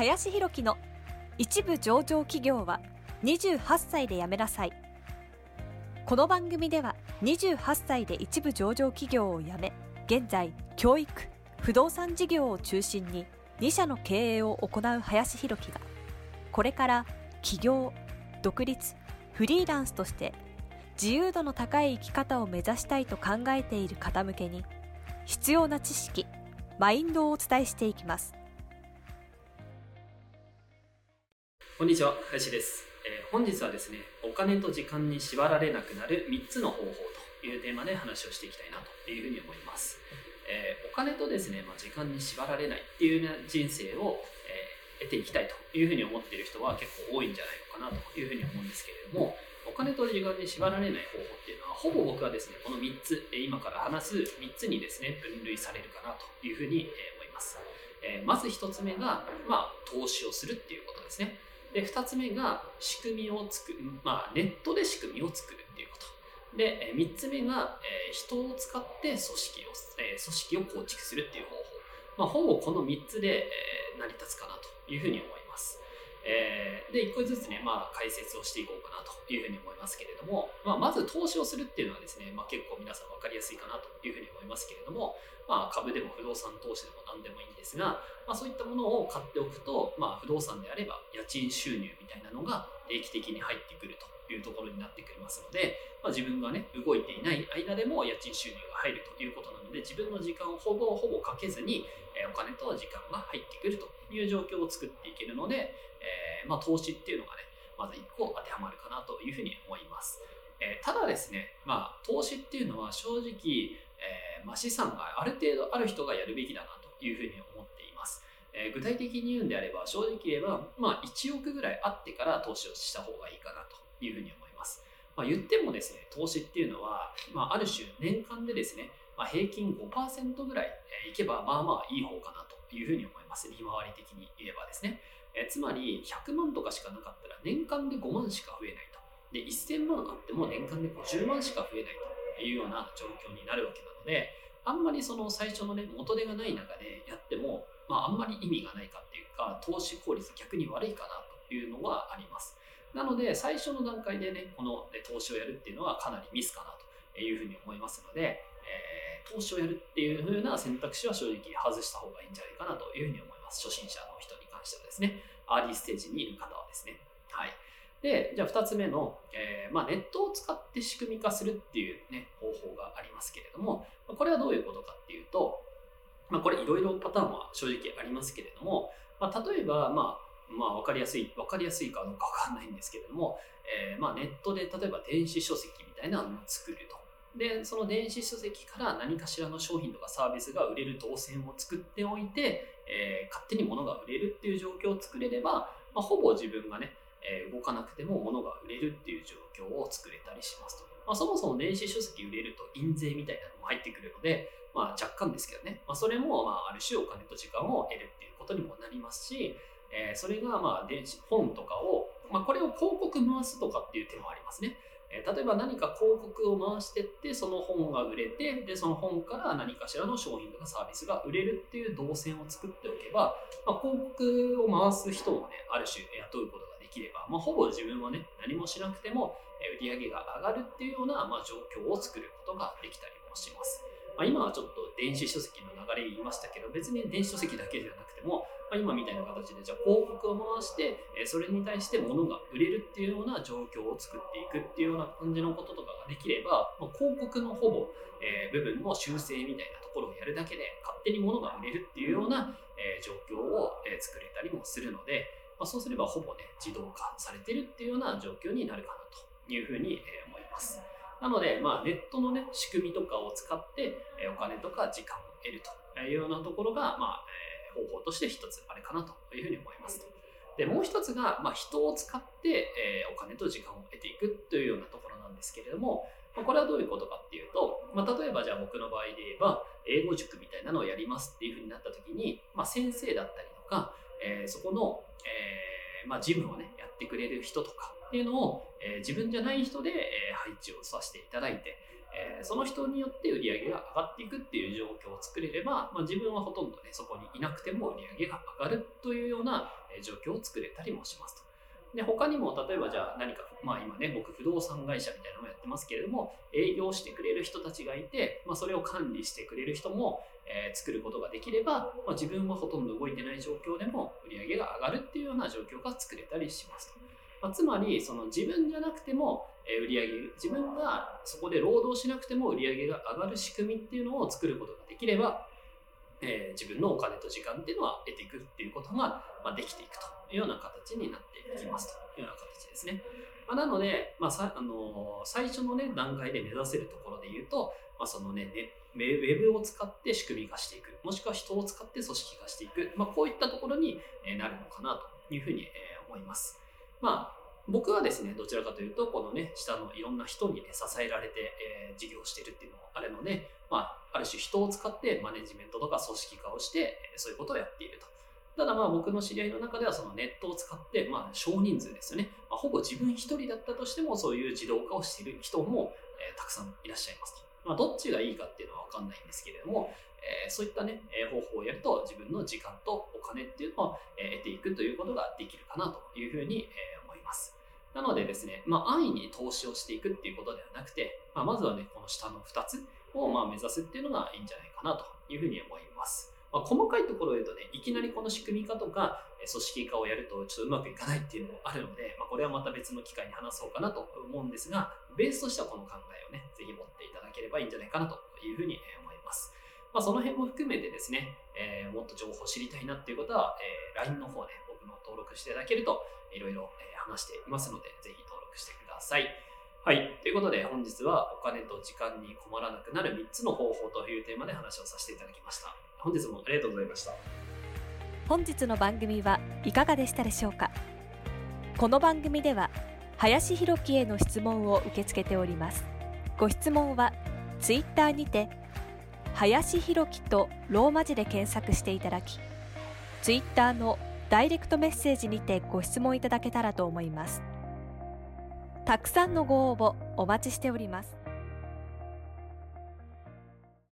林弘樹の一部上場企業は28歳で辞めなさい。この番組では28歳で一部上場企業を辞め、現在教育、不動産事業を中心に2社の経営を行う林弘樹が、これから起業、独立、フリーランスとして自由度の高い生き方を目指したいと考えている方向けに必要な知識、マインドをお伝えしていきます。 こんにちは、林です。本日はですね、お金と時間に縛られなくなる3つの方法というテーマで話をしていきたいなというふうに思います。お金とですね、時間に縛られないっていうような人生を、得ていきたいというふうに思っている人は結構多いんじゃないのかなというふうに思うんですけれども、お金と時間に縛られない方法っていうのは、ほぼ僕はですね、この3つ、今から話す3つにですね、分類されるかなというふうに思います。まず1つ目が、投資をするっていうことですね。で、2つ目が仕組みを作る、ネットで仕組みを作るっていうこと。で、3つ目が、人を使って組織を構築するっていう方法。ほぼこの3つで、成り立つかなというふうに思います。で、1個ずつね、解説をしていこうかなというふうに思いますけれども、まず投資をするっていうのはですね、結構皆さん分かりやすいかなというふうに思いますけれども、株でも不動産投資でも何でもいいんですが、そういったものを買っておくと、不動産であれば家賃収入みたいなのが定期的に入ってくるというところになってくれますので、自分がね、動いていない間でも家賃収入が入るということなので、自分の時間をほぼかけずに、お金と時間が入ってくるという状況を作っていけるので、投資っていうのがね、まず1個当てはまるかなというふうに思います。ただですね、投資っていうのは正直、資産がある程度ある人がやるべきだなというふうに思っています。具体的に言うんであれば、正直言えば、1億ぐらいあってから投資をした方がいいかなというふうに思います。言ってもですね、投資っていうのは、ある種年間でですね、平均 5% ぐらいいけば、いい方かなというふうに思います。利回り的に言えばですね。つまり、100万とかしかなかったら、年間で5万しか増えないと。で、1000万あっても年間で50万しか増えないというような状況になるわけなので、あんまりその最初のね、元手がない中でやっても、あんまり意味がないかっていうか、投資効率逆に悪いかなというのはあります。なので、最初の段階でね、この投資をやるっていうのはかなりミスかなというふうに思いますので、投資をやるっていう風な選択肢は正直外した方がいいんじゃないかなというふうに思います。初心者の人に関してはですね、アーリーステージにいる方はですね。はい。で、じゃあ2つ目の、ネットを使って仕組み化するっていうね、方法がありますけれども、これはどういうことかっていうと、これいろいろパターンは正直ありますけれども、例えば、分かりやすいかどうかわかんないんですけれども、ネットで例えば電子書籍みたいなのを作ると。で、その電子書籍から何かしらの商品とかサービスが売れる動線を作っておいて、勝手に物が売れるっていう状況を作れれば、ほぼ自分がね、動かなくても物が売れるっていう状況を作れたりしますと。そもそも電子書籍売れると印税みたいなのも入ってくるので、若干ですけどね、それもある種お金と時間を得るっていうことにもなりますし、それが電子本とかを、これを広告回すとかっていう手もありますね。例えば何か広告を回していって、その本が売れて、で、その本から何かしらの商品とかサービスが売れるっていう動線を作っておけば、広告を回す人をね、ある種雇うことができれば、ほぼ自分はね、何もしなくても売り上げが上がるっていうような、状況を作ることができたりもします。今はちょっと電子書籍の流れ言いましたけど、別に電子書籍だけじゃなくても、今みたいな形でじゃあ広告を回して、それに対して物が売れるっていうような状況を作っていくっていうような感じのこととかができれば、広告のほぼ、部分の修正みたいなところをやるだけで勝手に物が売れるっていうような、状況を、作れたりもするので、そうすればほぼね、自動化されてるっていうような状況になるかなというふうに、思います。なので、ネットのね、仕組みとかを使って、お金とか時間を得るというようなところが、方法として一つあれかなというふうに思います。で、もう一つが、人を使って、お金と時間を得ていくというようなところなんですけれども、これはどういうことかっていうと、例えばじゃあ僕の場合で言えば、英語塾みたいなのをやりますっていうふうになった時に、先生だったりとか、そこの、事務をね、やってくれる人とか、 っていうのを、自分じゃない人で、配置をさせていただいて、その人によって売り上げが上がっていくっていう状況を作れれば、自分はほとんどね、そこにいなくても売り上げが上がるというような状況を作れたりもしますと。で、他にも例えばじゃあ何か、今ね、僕不動産会社みたいなのをやってますけれども、営業してくれる人たちがいて、それを管理してくれる人も、作ることができれば、自分はほとんど動いてない状況でも売り上げが上がるっていうような状況が作れたりしますと。つまり、その自分じゃなくても売り上げ、自分がそこで労働しなくても売り上げが上がる仕組みっていうのを作ることができれば、自分のお金と時間っていうのは得ていくっていうことができていくというような形になっていきますというような形ですね。なので、最初のね、段階で目指せるところで言うと、そのね、ウェブを使って仕組み化していく、もしくは人を使って組織化していく、こういったところになるのかなというふうに思います。僕はですね、どちらかというと、このね、下のいろんな人にね、支えられて、事業をしているっていうのもあるので、ある種人を使ってマネジメントとか組織化をして、そういうことをやっていると。ただ僕の知り合いの中ではそのネットを使って、少人数ですよね。ほぼ自分一人だったとしても、そういう自動化をしている人も、たくさんいらっしゃいますと。どっちがいいかっていうのはわかんないんですけれども、そういったね、方法をやると自分の時間とお金っていうのを得ていくということができるかなというふうに思います。なのでですね、安易に投資をしていくっていうことではなくて、まずはね、この下の2つを目指すっていうのがいいんじゃないかなというふうに思います。細かいところを言うとね、いきなりこの仕組み化とか組織化をやるとちょっとうまくいかないっていうのもあるので、これはまた別の機会に話そうかなと思うんですが、ベースとしてはこの考えをね、ぜひ持っていただければいいんじゃないかなというふうに思います。その辺も含めてですね、もっと情報を知りたいなっていう方は、LINE の方ね、僕の登録していただけるといろいろ話していますので、ぜひ登録してください。はい。ということで、本日はお金と時間に困らなくなる3つの方法というテーマで話をさせていただきました。本日もありがとうございました。 本日の番組はいかがでしたでしょうか。この番組では林弘樹への質問を受け付けております。ご質問はツイッターにて林弘樹とローマ字で検索していただき、ツイッターのダイレクトメッセージにてご質問いただけたらと思います。たくさんのご応募お待ちしております。